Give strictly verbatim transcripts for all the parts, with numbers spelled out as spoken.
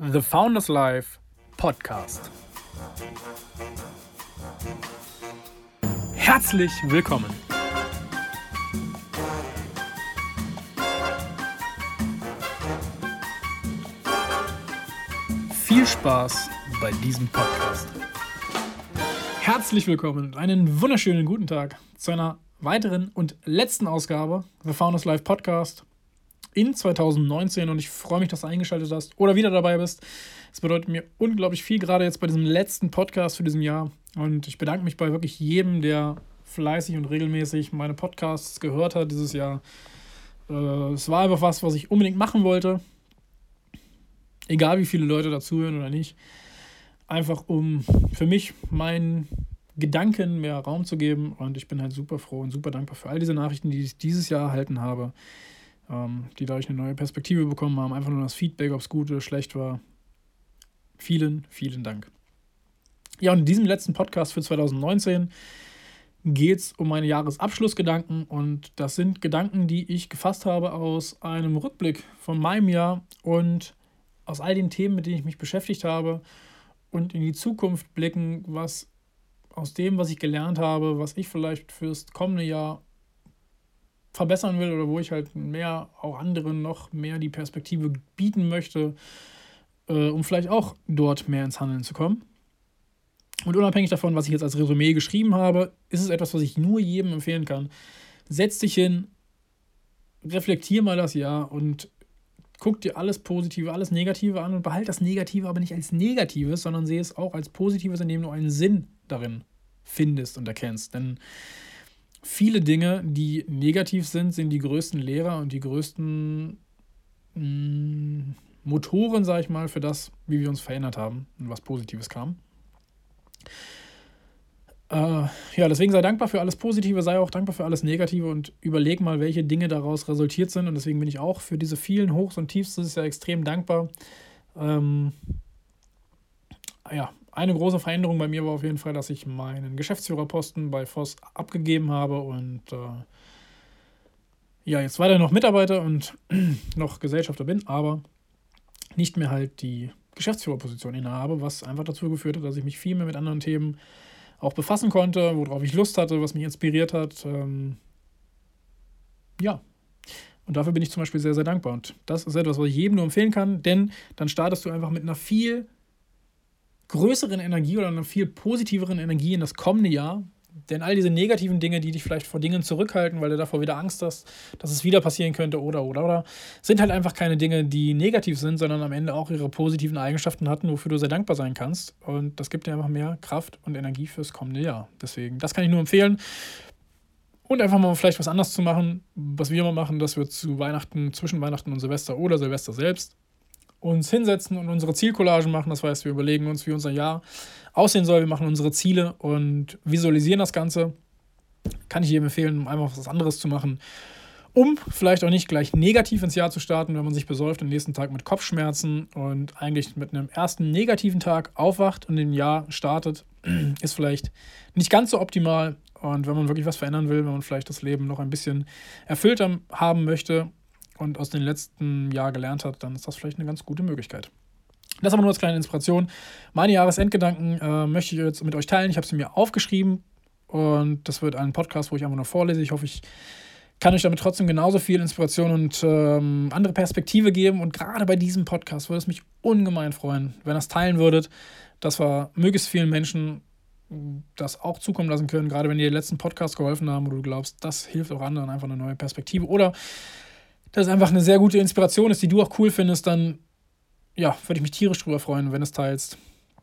The Founders Life Podcast. Herzlich willkommen. Viel Spaß bei diesem Podcast. Herzlich willkommen und einen wunderschönen guten Tag zu einer weiteren und letzten Ausgabe The Founders Life Podcast in zwanzig neunzehn, und ich freue mich, dass du eingeschaltet hast oder wieder dabei bist. Es bedeutet mir unglaublich viel, gerade jetzt bei diesem letzten Podcast für diesem Jahr, und ich bedanke mich bei wirklich jedem, der fleißig und regelmäßig meine Podcasts gehört hat dieses Jahr. Äh, es war einfach was, was ich unbedingt machen wollte, egal wie viele Leute dazuhören oder nicht, einfach um für mich meinen Gedanken mehr Raum zu geben, und ich bin halt super froh und super dankbar für all diese Nachrichten, die ich dieses Jahr erhalten habe, die dadurch eine neue Perspektive bekommen haben, einfach nur das Feedback, ob es gut oder schlecht war. Vielen, vielen Dank. Ja, und in diesem letzten Podcast für zwanzig neunzehn geht es um meine Jahresabschlussgedanken, und das sind Gedanken, die ich gefasst habe aus einem Rückblick von meinem Jahr und aus all den Themen, mit denen ich mich beschäftigt habe, und in die Zukunft blicken, was aus dem, was ich gelernt habe, was ich vielleicht fürs kommende Jahr verbessern will oder wo ich halt mehr auch anderen noch mehr die Perspektive bieten möchte, äh, um vielleicht auch dort mehr ins Handeln zu kommen. Und unabhängig davon, was ich jetzt als Resümee geschrieben habe, ist es etwas, was ich nur jedem empfehlen kann. Setz dich hin, reflektier mal das Jahr und guck dir alles Positive, alles Negative an und behalte das Negative aber nicht als Negatives, sondern sehe es auch als Positives, indem du einen Sinn darin findest und erkennst. Denn viele Dinge, die negativ sind, sind die größten Lehrer und die größten mh, Motoren, sag ich mal, für das, wie wir uns verändert haben und was Positives kam. Äh, ja, deswegen sei dankbar für alles Positive, sei auch dankbar für alles Negative und überleg mal, welche Dinge daraus resultiert sind. Und deswegen bin ich auch für diese vielen Hochs und Tiefs dieses Jahr extrem dankbar. Ähm, ja, Eine große Veränderung bei mir war auf jeden Fall, dass ich meinen Geschäftsführerposten bei Voss abgegeben habe und äh, ja, jetzt weiter noch Mitarbeiter und noch Gesellschafter bin, aber nicht mehr halt die Geschäftsführerposition innehabe, was einfach dazu geführt hat, dass ich mich viel mehr mit anderen Themen auch befassen konnte, worauf ich Lust hatte, was mich inspiriert hat. Ähm, ja, und dafür bin ich zum Beispiel sehr, sehr dankbar. Und das ist etwas, was ich jedem nur empfehlen kann, denn dann startest du einfach mit einer viel größeren Energie oder einer viel positiveren Energie in das kommende Jahr. Denn all diese negativen Dinge, die dich vielleicht vor Dingen zurückhalten, weil du davor wieder Angst hast, dass es wieder passieren könnte oder, oder, oder, sind halt einfach keine Dinge, die negativ sind, sondern am Ende auch ihre positiven Eigenschaften hatten, wofür du sehr dankbar sein kannst. Und das gibt dir einfach mehr Kraft und Energie fürs kommende Jahr. Deswegen, das kann ich nur empfehlen. Und einfach mal vielleicht was anderes zu machen, was wir mal machen, dass wir zu Weihnachten, zwischen Weihnachten und Silvester oder Silvester selbst uns hinsetzen und unsere Zielcollagen machen. Das heißt, wir überlegen uns, wie unser Jahr aussehen soll. Wir machen unsere Ziele und visualisieren das Ganze. Kann ich jedem empfehlen, um einfach was anderes zu machen, um vielleicht auch nicht gleich negativ ins Jahr zu starten, wenn man sich besäuft, am nächsten Tag mit Kopfschmerzen und eigentlich mit einem ersten negativen Tag aufwacht und im Jahr startet, ist vielleicht nicht ganz so optimal. Und wenn man wirklich was verändern will, wenn man vielleicht das Leben noch ein bisschen erfüllter haben möchte und aus dem letzten Jahr gelernt hat, dann ist das vielleicht eine ganz gute Möglichkeit. Das aber nur als kleine Inspiration. Meine Jahresendgedanken äh, möchte ich jetzt mit euch teilen. Ich habe sie mir aufgeschrieben und das wird ein Podcast, wo ich einfach nur vorlese. Ich hoffe, ich kann euch damit trotzdem genauso viel Inspiration und ähm, andere Perspektive geben. Und gerade bei diesem Podcast würde es mich ungemein freuen, wenn ihr es teilen würdet, dass wir möglichst vielen Menschen das auch zukommen lassen können, gerade wenn dir die letzten Podcasts geholfen haben, wo du glaubst, das hilft auch anderen, einfach eine neue Perspektive oder dass es einfach eine sehr gute Inspiration ist, die du auch cool findest, dann ja, würde ich mich tierisch drüber freuen, wenn du es teilst.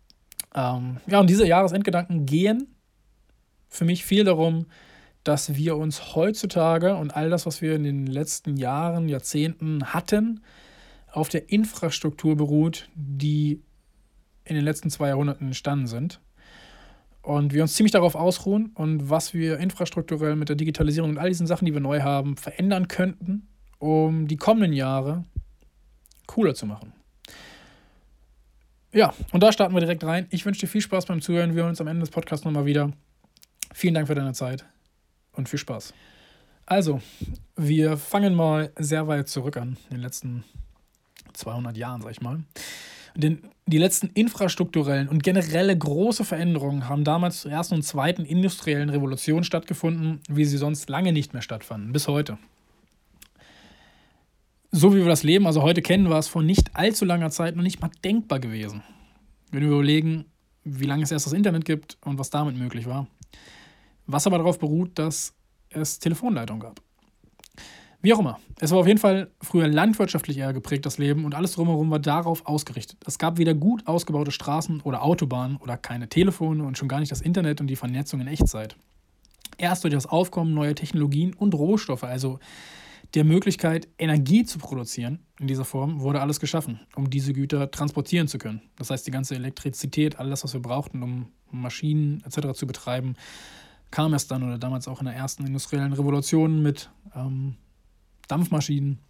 Ähm, ja, und diese Jahresendgedanken gehen für mich viel darum, dass wir uns heutzutage und all das, was wir in den letzten Jahren, Jahrzehnten hatten, auf der Infrastruktur beruht, die in den letzten zwei Jahrhunderten entstanden sind. Und wir uns ziemlich darauf ausruhen und was wir infrastrukturell mit der Digitalisierung und all diesen Sachen, die wir neu haben, verändern könnten, um die kommenden Jahre cooler zu machen. Ja, und da starten wir direkt rein. Ich wünsche dir viel Spaß beim Zuhören. Wir hören uns am Ende des Podcasts nochmal wieder. Vielen Dank für deine Zeit und viel Spaß. Also, wir fangen mal sehr weit zurück an, in den letzten zweihundert Jahren, sag ich mal. Denn die letzten infrastrukturellen und generelle große Veränderungen haben damals zur ersten und zweiten industriellen Revolution stattgefunden, wie sie sonst lange nicht mehr stattfanden, bis heute. So wie wir das Leben also heute kennen, war es vor nicht allzu langer Zeit noch nicht mal denkbar gewesen. Wenn wir überlegen, wie lange es erst das Internet gibt und was damit möglich war. Was aber darauf beruht, dass es Telefonleitungen gab. Wie auch immer. Es war auf jeden Fall früher landwirtschaftlich eher geprägt, das Leben, und alles drumherum war darauf ausgerichtet. Es gab weder gut ausgebaute Straßen oder Autobahnen oder keine Telefone und schon gar nicht das Internet und die Vernetzung in Echtzeit. Erst durch das Aufkommen neuer Technologien und Rohstoffe, also der Möglichkeit, Energie zu produzieren in dieser Form, wurde alles geschaffen, um diese Güter transportieren zu können. Das heißt, die ganze Elektrizität, alles, was wir brauchten, um Maschinen et cetera zu betreiben, kam erst dann oder damals auch in der ersten industriellen Revolution mit ähm, Dampfmaschinen.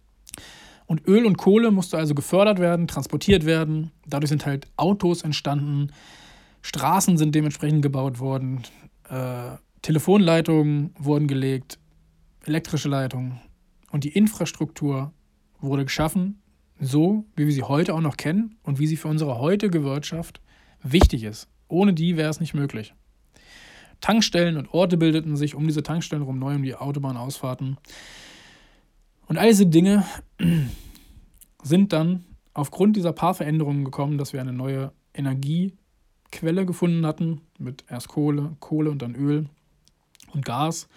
Und Öl und Kohle musste also gefördert werden, transportiert werden. Dadurch sind halt Autos entstanden, Straßen sind dementsprechend gebaut worden, äh, Telefonleitungen wurden gelegt, elektrische Leitungen. Und die Infrastruktur wurde geschaffen, so wie wir sie heute auch noch kennen und wie sie für unsere heutige Wirtschaft wichtig ist. Ohne die wäre es nicht möglich. Tankstellen und Orte bildeten sich um diese Tankstellen rum, neu um die Autobahnausfahrten. Und all diese Dinge sind dann aufgrund dieser paar Veränderungen gekommen, dass wir eine neue Energiequelle gefunden hatten, mit erst Kohle, Kohle und dann Öl und Gas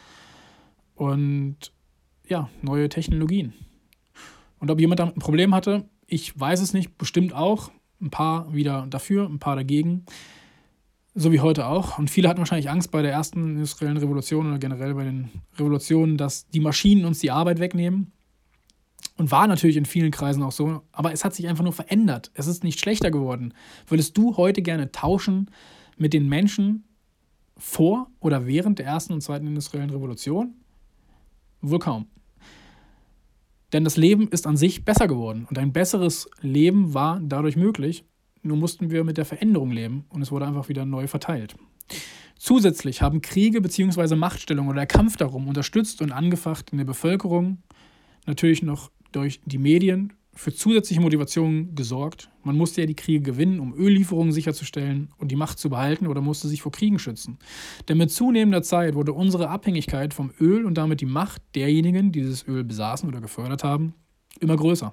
und ja, neue Technologien. Und ob jemand damit ein Problem hatte, ich weiß es nicht, bestimmt auch. Ein paar wieder dafür, ein paar dagegen. So wie heute auch. Und viele hatten wahrscheinlich Angst bei der ersten industriellen Revolution oder generell bei den Revolutionen, dass die Maschinen uns die Arbeit wegnehmen. Und war natürlich in vielen Kreisen auch so. Aber es hat sich einfach nur verändert. Es ist nicht schlechter geworden. Würdest du heute gerne tauschen mit den Menschen vor oder während der ersten und zweiten industriellen Revolution? Wohl kaum. Denn das Leben ist an sich besser geworden. Und ein besseres Leben war dadurch möglich. Nur mussten wir mit der Veränderung leben und es wurde einfach wieder neu verteilt. Zusätzlich haben Kriege bzw. Machtstellungen oder der Kampf darum unterstützt und angefacht in der Bevölkerung, natürlich noch durch die Medien, für zusätzliche Motivationen gesorgt. Man musste ja die Kriege gewinnen, um Öllieferungen sicherzustellen und die Macht zu behalten, oder musste sich vor Kriegen schützen. Denn mit zunehmender Zeit wurde unsere Abhängigkeit vom Öl und damit die Macht derjenigen, die dieses Öl besaßen oder gefördert haben, immer größer.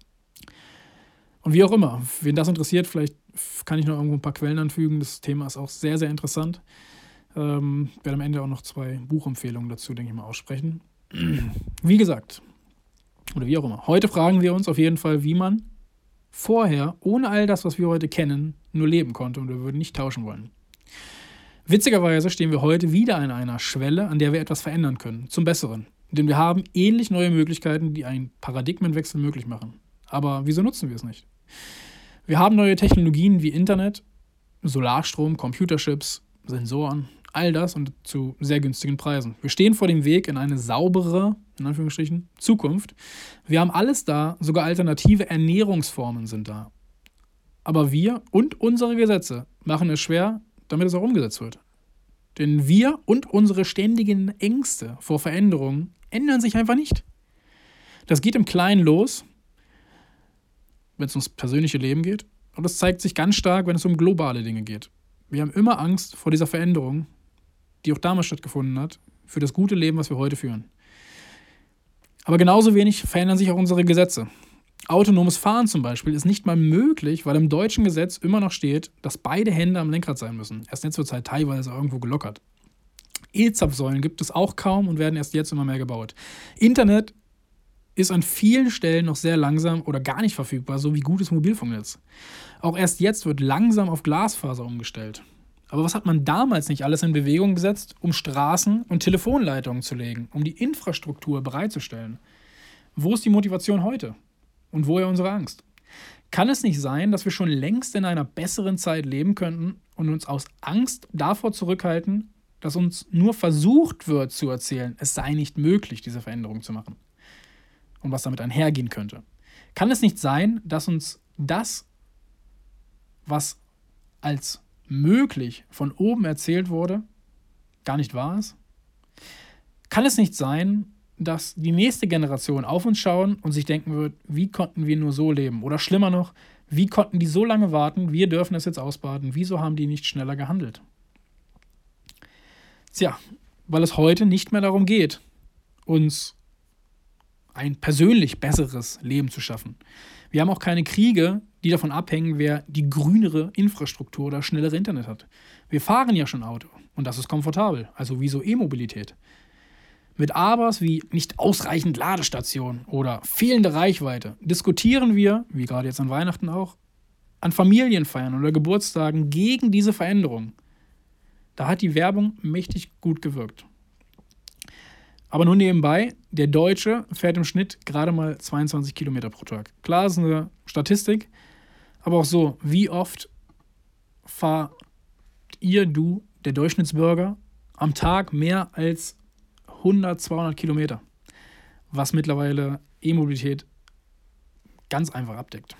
Und wie auch immer, wen das interessiert, vielleicht kann ich noch irgendwo ein paar Quellen anfügen. Das Thema ist auch sehr, sehr interessant. Ähm, ich werde am Ende auch noch zwei Buchempfehlungen dazu, denke ich mal, aussprechen. Wie gesagt, oder wie auch immer. Heute fragen wir uns auf jeden Fall, wie man vorher, ohne all das, was wir heute kennen, nur leben konnte, und wir würden nicht tauschen wollen. Witzigerweise stehen wir heute wieder an einer Schwelle, an der wir etwas verändern können, zum Besseren. Denn wir haben ähnlich neue Möglichkeiten, die einen Paradigmenwechsel möglich machen. Aber wieso nutzen wir es nicht? Wir haben neue Technologien wie Internet, Solarstrom, Computerchips, Sensoren, all das und zu sehr günstigen Preisen. Wir stehen vor dem Weg in eine saubere, in Anführungsstrichen, Zukunft. Wir haben alles da, sogar alternative Ernährungsformen sind da. Aber wir und unsere Gesetze machen es schwer, damit es auch umgesetzt wird. Denn wir und unsere ständigen Ängste vor Veränderungen ändern sich einfach nicht. Das geht im Kleinen los, wenn es ums persönliche Leben geht. Und das zeigt sich ganz stark, wenn es um globale Dinge geht. Wir haben immer Angst vor dieser Veränderung, die auch damals stattgefunden hat, für das gute Leben, was wir heute führen. Aber genauso wenig verändern sich auch unsere Gesetze. Autonomes Fahren zum Beispiel ist nicht mal möglich, weil im deutschen Gesetz immer noch steht, dass beide Hände am Lenkrad sein müssen. Erst jetzt wird es halt teilweise irgendwo gelockert. E-Zapfsäulen gibt es auch kaum und werden erst jetzt immer mehr gebaut. Internet ist an vielen Stellen noch sehr langsam oder gar nicht verfügbar, so wie gutes Mobilfunknetz. Auch erst jetzt wird langsam auf Glasfaser umgestellt. Aber was hat man damals nicht alles in Bewegung gesetzt, um Straßen und Telefonleitungen zu legen, um die Infrastruktur bereitzustellen? Wo ist die Motivation heute? Und woher unsere Angst? Kann es nicht sein, dass wir schon längst in einer besseren Zeit leben könnten und uns aus Angst davor zurückhalten, dass uns nur versucht wird zu erzählen, es sei nicht möglich, diese Veränderung zu machen? Und was damit einhergehen könnte. Kann es nicht sein, dass uns das, was als möglich von oben erzählt wurde, gar nicht wahr ist? Kann es nicht sein, dass die nächste Generation auf uns schauen und sich denken wird, wie konnten wir nur so leben? Oder schlimmer noch, Wie konnten die so lange warten? Wir dürfen es jetzt ausbaden. Wieso haben die nicht schneller gehandelt? Tja, weil es heute nicht mehr darum geht, uns ein persönlich besseres Leben zu schaffen. Wir haben auch keine Kriege, die davon abhängen, wer die grünere Infrastruktur oder schnellere Internet hat. Wir fahren ja schon Auto und das ist komfortabel, also wieso E-Mobilität? Mit Abers wie nicht ausreichend Ladestationen oder fehlende Reichweite diskutieren wir, wie gerade jetzt an Weihnachten auch, an Familienfeiern oder Geburtstagen gegen diese Veränderung. Da hat die Werbung mächtig gut gewirkt. Aber nur nebenbei, der Deutsche fährt im Schnitt gerade mal zweiundzwanzig Kilometer pro Tag. Klar, ist eine Statistik, aber auch so, wie oft fahrt ihr, du, der Durchschnittsbürger, am Tag mehr als hundert, zweihundert Kilometer, was mittlerweile E-Mobilität ganz einfach abdeckt.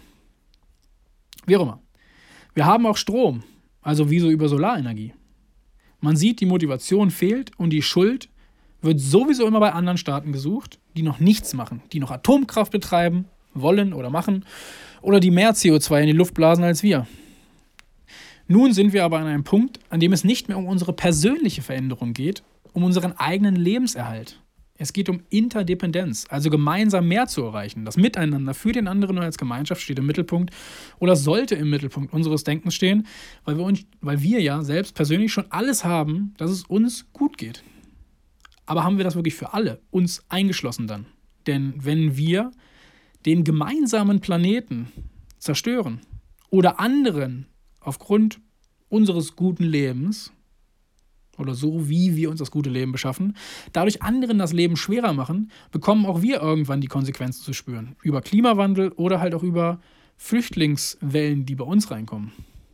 Wie auch immer. Wir haben auch Strom, also wie so über Solarenergie. Man sieht, die Motivation fehlt und die Schuld wird sowieso immer bei anderen Staaten gesucht, die noch nichts machen, die noch Atomkraft betreiben, wollen oder machen oder die mehr C O zwei in die Luft blasen als wir. Nun sind wir aber an einem Punkt, an dem es nicht mehr um unsere persönliche Veränderung geht, um unseren eigenen Lebenserhalt. Es geht um Interdependenz, also gemeinsam mehr zu erreichen. Das Miteinander für den anderen und als Gemeinschaft steht im Mittelpunkt oder sollte im Mittelpunkt unseres Denkens stehen, weil wir, uns, weil wir ja selbst persönlich schon alles haben, dass es uns gut geht. Aber haben wir das wirklich für alle, uns eingeschlossen dann? Denn wenn wir den gemeinsamen Planeten zerstören oder anderen aufgrund unseres guten Lebens oder so, wie wir uns das gute Leben beschaffen, dadurch anderen das Leben schwerer machen, bekommen auch wir irgendwann die Konsequenzen zu spüren. Über Klimawandel oder halt auch über Flüchtlingswellen, die bei uns reinkommen.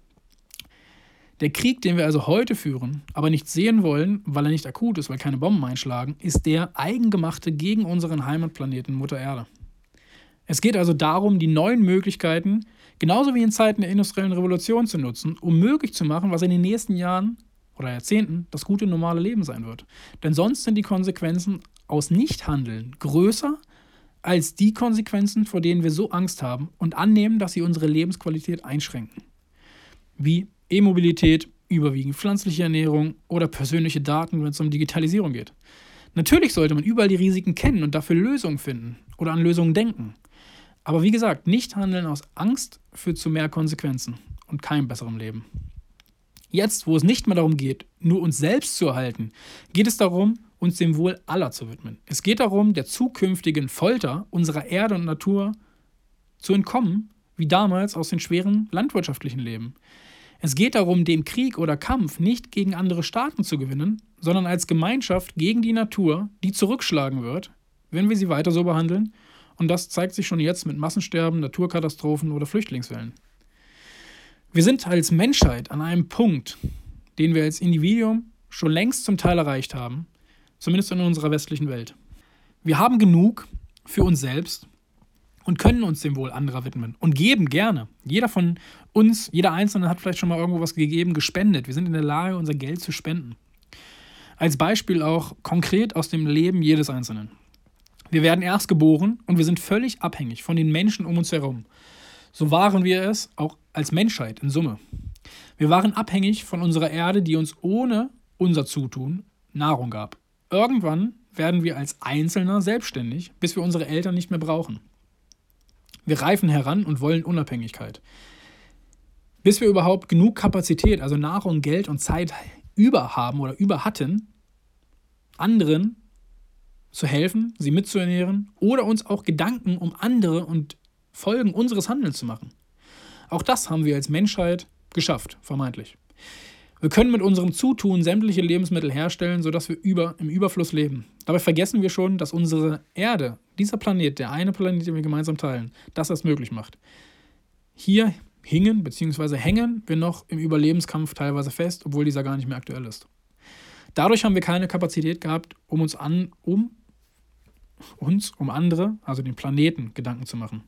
Der Krieg, den wir also heute führen, aber nicht sehen wollen, weil er nicht akut ist, weil keine Bomben einschlagen, ist der eigengemachte gegen unseren Heimatplaneten Mutter Erde. Es geht also darum, die neuen Möglichkeiten, genauso wie in Zeiten der industriellen Revolution, zu nutzen, um möglich zu machen, was in den nächsten Jahren oder Jahrzehnten das gute normale Leben sein wird. Denn sonst sind die Konsequenzen aus Nichthandeln größer als die Konsequenzen, vor denen wir so Angst haben und annehmen, dass sie unsere Lebensqualität einschränken. Wie E-Mobilität, überwiegend pflanzliche Ernährung oder persönliche Daten, wenn es um Digitalisierung geht. Natürlich sollte man überall die Risiken kennen und dafür Lösungen finden oder an Lösungen denken. Aber wie gesagt, nicht handeln aus Angst führt zu mehr Konsequenzen und keinem besseren Leben. Jetzt, wo es nicht mehr darum geht, nur uns selbst zu erhalten, geht es darum, uns dem Wohl aller zu widmen. Es geht darum, der zukünftigen Folter unserer Erde und Natur zu entkommen, wie damals aus den schweren landwirtschaftlichen Leben. Es geht darum, den Krieg oder Kampf nicht gegen andere Staaten zu gewinnen, sondern als Gemeinschaft gegen die Natur, die zurückschlagen wird, wenn wir sie weiter so behandeln. Und das zeigt sich schon jetzt mit Massensterben, Naturkatastrophen oder Flüchtlingswellen. Wir sind als Menschheit an einem Punkt, den wir als Individuum schon längst zum Teil erreicht haben, zumindest in unserer westlichen Welt. Wir haben genug für uns selbst und können uns dem Wohl anderer widmen und geben gerne. Jeder von uns, jeder Einzelne hat vielleicht schon mal irgendwo was gegeben, gespendet. Wir sind in der Lage, unser Geld zu spenden. Als Beispiel auch konkret aus dem Leben jedes Einzelnen. Wir werden erst geboren und wir sind völlig abhängig von den Menschen um uns herum. So waren wir es auch als Menschheit in Summe. Wir waren abhängig von unserer Erde, die uns ohne unser Zutun Nahrung gab. Irgendwann werden wir als Einzelner selbstständig, bis wir unsere Eltern nicht mehr brauchen. Wir reifen heran und wollen Unabhängigkeit. Bis wir überhaupt genug Kapazität, also Nahrung, Geld und Zeit über haben oder über hatten, anderen zu helfen, sie mitzuernähren oder uns auch Gedanken um andere und Folgen unseres Handelns zu machen. Auch das haben wir als Menschheit geschafft, vermeintlich. Wir können mit unserem Zutun sämtliche Lebensmittel herstellen, sodass wir über, im Überfluss leben. Dabei vergessen wir schon, dass unsere Erde, dieser Planet, der eine Planet, den wir gemeinsam teilen, das erst möglich macht. Hier hingen bzw. hängen wir noch im Überlebenskampf teilweise fest, obwohl dieser gar nicht mehr aktuell ist. Dadurch haben wir keine Kapazität gehabt, um uns an, um uns, um andere, also den Planeten, Gedanken zu machen.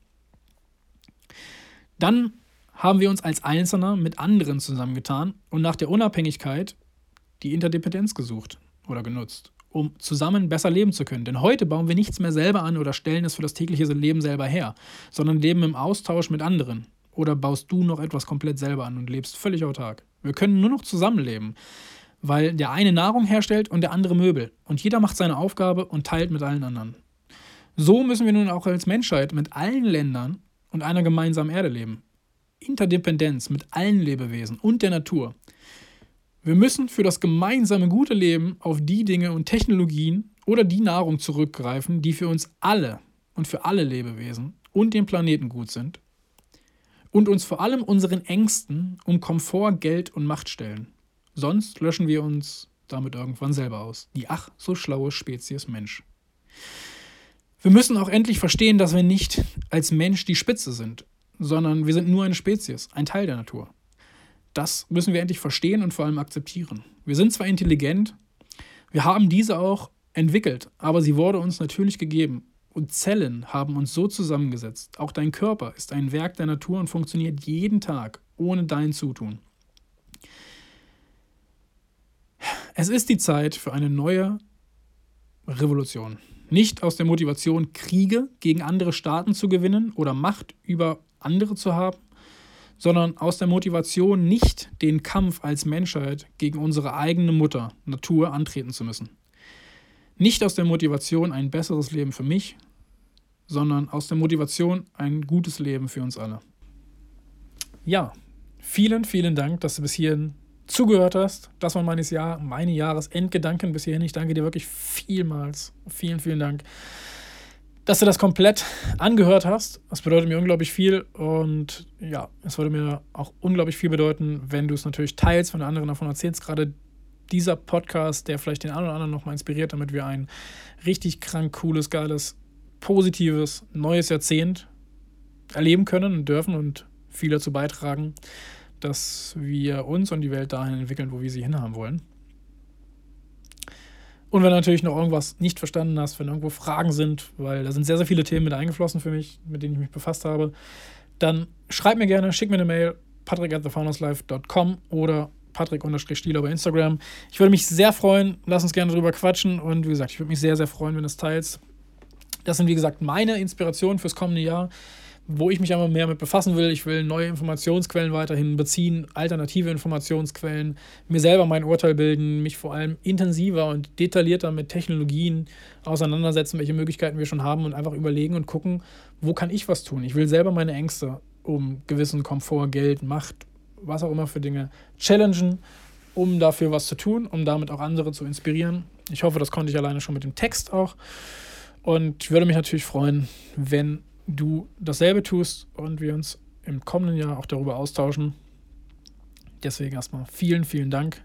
Dann haben wir uns als Einzelner mit anderen zusammengetan und nach der Unabhängigkeit die Interdependenz gesucht oder genutzt, um zusammen besser leben zu können. Denn heute bauen wir nichts mehr selber an oder stellen es für das tägliche Leben selber her, sondern leben im Austausch mit anderen. oder baust du noch etwas komplett selber an und lebst völlig autark? Wir können nur noch zusammenleben, weil der eine Nahrung herstellt und der andere Möbel. Und jeder macht seine Aufgabe und teilt mit allen anderen. So müssen wir nun auch als Menschheit mit allen Ländern und einer gemeinsamen Erde leben. Interdependenz mit allen Lebewesen und der Natur. Wir müssen für das gemeinsame gute Leben auf die Dinge und Technologien oder die Nahrung zurückgreifen, die für uns alle und für alle Lebewesen und den Planeten gut sind und uns vor allem unseren Ängsten um Komfort, Geld und Macht stellen. Sonst löschen wir uns damit irgendwann selber aus. Die ach so schlaue Spezies Mensch. Wir müssen auch endlich verstehen, dass wir nicht als Mensch die Spitze sind, sondern wir sind nur eine Spezies, ein Teil der Natur. Das müssen wir endlich verstehen und vor allem akzeptieren. Wir sind zwar intelligent, wir haben diese auch entwickelt, aber sie wurde uns natürlich gegeben. Und Zellen haben uns so zusammengesetzt. Auch dein Körper ist ein Werk der Natur und funktioniert jeden Tag ohne dein Zutun. Es ist die Zeit für eine neue Revolution. Nicht aus der Motivation, Kriege gegen andere Staaten zu gewinnen oder Macht über andere zu haben, sondern aus der Motivation, nicht den Kampf als Menschheit gegen unsere eigene Mutter, Natur, antreten zu müssen. Nicht aus der Motivation, ein besseres Leben für mich, sondern aus der Motivation, ein gutes Leben für uns alle. Ja, vielen, vielen Dank, dass du bis hierhin zugehört hast. Das waren meine, Jahr, meine Jahresendgedanken bis hierhin. Ich danke dir wirklich vielmals. Vielen, vielen Dank, dass du das komplett angehört hast. Das bedeutet mir unglaublich viel und ja, es würde mir auch unglaublich viel bedeuten, wenn du es natürlich teilst, wenn du anderen davon erzählst. Gerade dieser Podcast, der vielleicht den einen oder anderen nochmal inspiriert, damit wir ein richtig krank cooles, geiles, positives, neues Jahrzehnt erleben können und dürfen und viel dazu beitragen, dass wir uns und die Welt dahin entwickeln, wo wir sie hinhaben wollen. Und wenn du natürlich noch irgendwas nicht verstanden hast, wenn irgendwo Fragen sind, weil da sind sehr, sehr viele Themen mit eingeflossen für mich, mit denen ich mich befasst habe, dann schreib mir gerne, schick mir eine Mail, patrick at the founders life dot com oder patrick-stieler bei Instagram. Ich würde mich sehr freuen, lass uns gerne drüber quatschen und wie gesagt, ich würde mich sehr, sehr freuen, wenn du es teilst. Das sind, wie gesagt, meine Inspirationen fürs kommende Jahr, wo ich mich einmal mehr mit befassen will. Ich will neue Informationsquellen weiterhin beziehen, alternative Informationsquellen, mir selber mein Urteil bilden, mich vor allem intensiver und detaillierter mit Technologien auseinandersetzen, welche Möglichkeiten wir schon haben und einfach überlegen und gucken, wo kann ich was tun. Ich will selber meine Ängste um gewissen Komfort, Geld, Macht, was auch immer für Dinge challengen, um dafür was zu tun, um damit auch andere zu inspirieren. Ich hoffe, das konnte ich alleine schon mit dem Text auch. Und ich würde mich natürlich freuen, wenn du dasselbe tust und wir uns im kommenden Jahr auch darüber austauschen. Deswegen erstmal vielen, vielen Dank.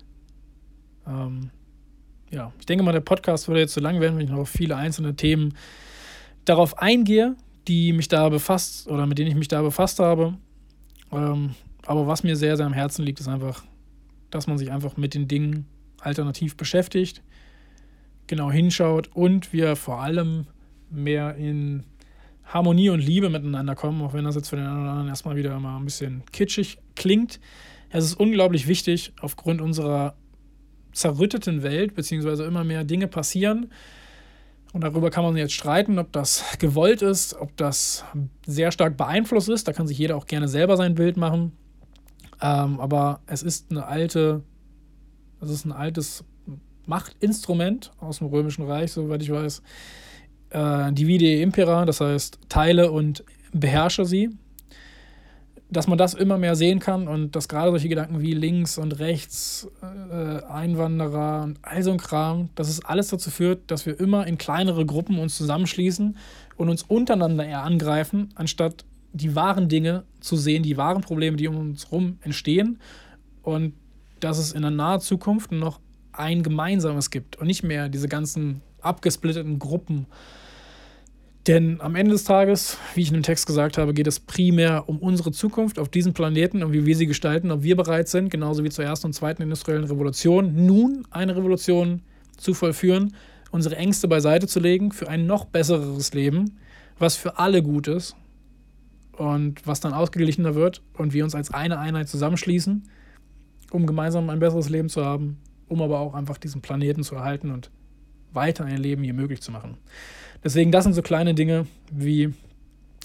Ähm, ja, ich denke mal, der Podcast würde jetzt so lang werden, wenn ich noch auf viele einzelne Themen darauf eingehe, die mich da befasst oder mit denen ich mich da befasst habe. Ähm, aber was mir sehr, sehr am Herzen liegt, ist einfach, dass man sich einfach mit den Dingen alternativ beschäftigt, genau hinschaut und wir vor allem mehr in Harmonie und Liebe miteinander kommen, auch wenn das jetzt für den anderen erstmal wieder mal ein bisschen kitschig klingt. Es ist unglaublich wichtig, aufgrund unserer zerrütteten Welt, beziehungsweise immer mehr Dinge passieren. Und darüber kann man jetzt streiten, ob das gewollt ist, ob das sehr stark beeinflusst ist. Da kann sich jeder auch gerne selber sein Bild machen. Ähm, aber es ist eine alte, es ist ein altes Machtinstrument aus dem Römischen Reich, soweit ich weiß. Äh, divide impera, das heißt, teile und beherrsche sie. Dass man das immer mehr sehen kann und dass gerade solche Gedanken wie links und rechts, äh, Einwanderer und all so ein Kram, dass es alles dazu führt, dass wir immer in kleinere Gruppen uns zusammenschließen und uns untereinander eher angreifen, anstatt die wahren Dinge zu sehen, die wahren Probleme, die um uns herum entstehen und dass es in der nahen Zukunft noch ein Gemeinsames gibt und nicht mehr diese ganzen abgesplitteten Gruppen. Denn am Ende des Tages, wie ich in dem Text gesagt habe, geht es primär um unsere Zukunft auf diesem Planeten und wie wir sie gestalten, ob wir bereit sind, genauso wie zur ersten und zweiten industriellen Revolution, nun eine Revolution zu vollführen, unsere Ängste beiseite zu legen für ein noch besseres Leben, was für alle gut ist und was dann ausgeglichener wird und wir uns als eine Einheit zusammenschließen, um gemeinsam ein besseres Leben zu haben, um aber auch einfach diesen Planeten zu erhalten und weiter ein Leben hier möglich zu machen. Deswegen, das sind so kleine Dinge wie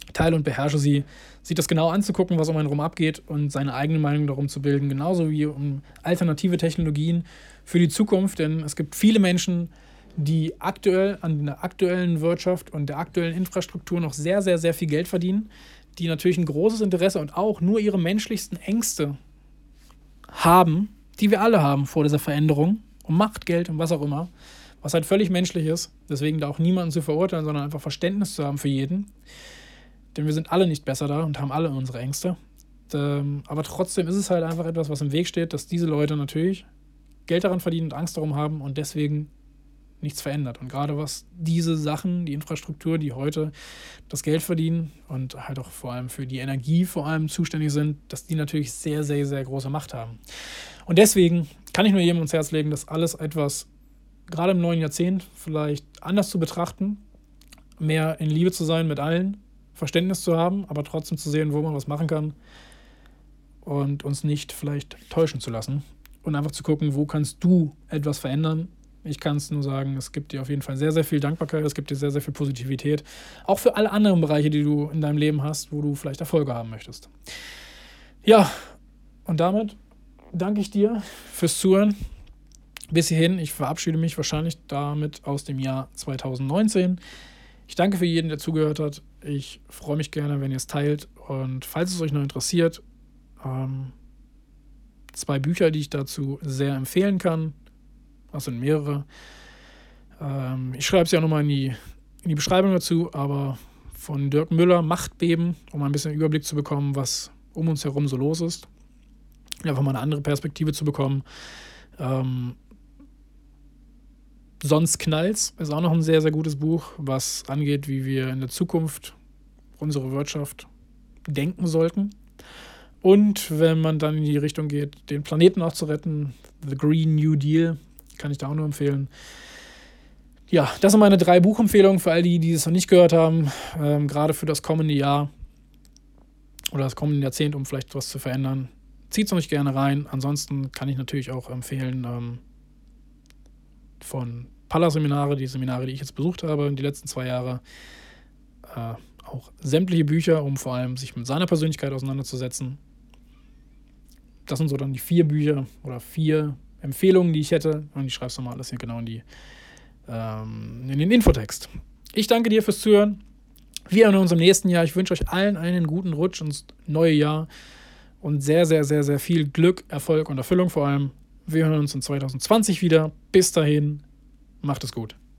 teile und beherrsche sie, sich das genau anzugucken, was um einen herum abgeht und seine eigene Meinung darum zu bilden, genauso wie um alternative Technologien für die Zukunft, denn es gibt viele Menschen, die aktuell an der aktuellen Wirtschaft und der aktuellen Infrastruktur noch sehr, sehr, sehr viel Geld verdienen, die natürlich ein großes Interesse und auch nur ihre menschlichsten Ängste haben, die wir alle haben vor dieser Veränderung, um Macht, Geld und was auch immer, was halt völlig menschlich ist, deswegen da auch niemanden zu verurteilen, sondern einfach Verständnis zu haben für jeden, denn wir sind alle nicht besser da und haben alle unsere Ängste, aber trotzdem ist es halt einfach etwas, was im Weg steht, dass diese Leute natürlich Geld daran verdienen und Angst darum haben und deswegen nichts verändert. Und gerade was diese Sachen, die Infrastruktur, die heute das Geld verdienen und halt auch vor allem für die Energie vor allem zuständig sind, dass die natürlich sehr, sehr, sehr große Macht haben. Und deswegen kann ich nur jedem ans Herz legen, das alles etwas, gerade im neuen Jahrzehnt, vielleicht anders zu betrachten, mehr in Liebe zu sein mit allen, Verständnis zu haben, aber trotzdem zu sehen, wo man was machen kann und uns nicht vielleicht täuschen zu lassen und einfach zu gucken, wo kannst du etwas verändern. Ich kann es nur sagen, es gibt dir auf jeden Fall sehr, sehr viel Dankbarkeit, es gibt dir sehr, sehr viel Positivität. Auch für alle anderen Bereiche, die du in deinem Leben hast, wo du vielleicht Erfolge haben möchtest. Ja, und damit danke ich dir fürs Zuhören. Bis hierhin, ich verabschiede mich wahrscheinlich damit aus dem Jahr zwanzig neunzehn. Ich danke für jeden, der zugehört hat. Ich freue mich gerne, wenn ihr es teilt. Und falls es euch noch interessiert, ähm, zwei Bücher, die ich dazu sehr empfehlen kann. Das sind mehrere. Ähm, ich schreibe es ja nochmal in die, in die Beschreibung dazu, aber von Dirk Müller, Machtbeben, um ein bisschen Überblick zu bekommen, was um uns herum so los ist. Einfach mal eine andere Perspektive zu bekommen. Ähm, Sonst knallt's ist auch noch ein sehr, sehr gutes Buch, was angeht, wie wir in der Zukunft unsere Wirtschaft denken sollten. Und wenn man dann in die Richtung geht, den Planeten auch zu retten, The Green New Deal, kann ich da auch nur empfehlen. Ja, das sind meine drei Buchempfehlungen für all die, die es noch nicht gehört haben, ähm, gerade für das kommende Jahr oder das kommende Jahrzehnt, um vielleicht was zu verändern. Zieht es euch gerne rein. Ansonsten kann ich natürlich auch empfehlen, ähm, von Palla-Seminare, die Seminare, die ich jetzt besucht habe in die letzten zwei Jahre, äh, auch sämtliche Bücher, um vor allem sich mit seiner Persönlichkeit auseinanderzusetzen. Das sind so dann die vier Bücher oder vier Empfehlungen, die ich hätte. Und ich schreibe es nochmal alles hier genau in, die, ähm, in den Infotext. Ich danke dir fürs Zuhören. Wir hören uns im nächsten Jahr. Ich wünsche euch allen einen guten Rutsch ins neue Jahr und sehr, sehr, sehr, sehr viel Glück, Erfolg und Erfüllung vor allem. Wir hören uns in zwanzig zwanzig wieder. Bis dahin, macht es gut.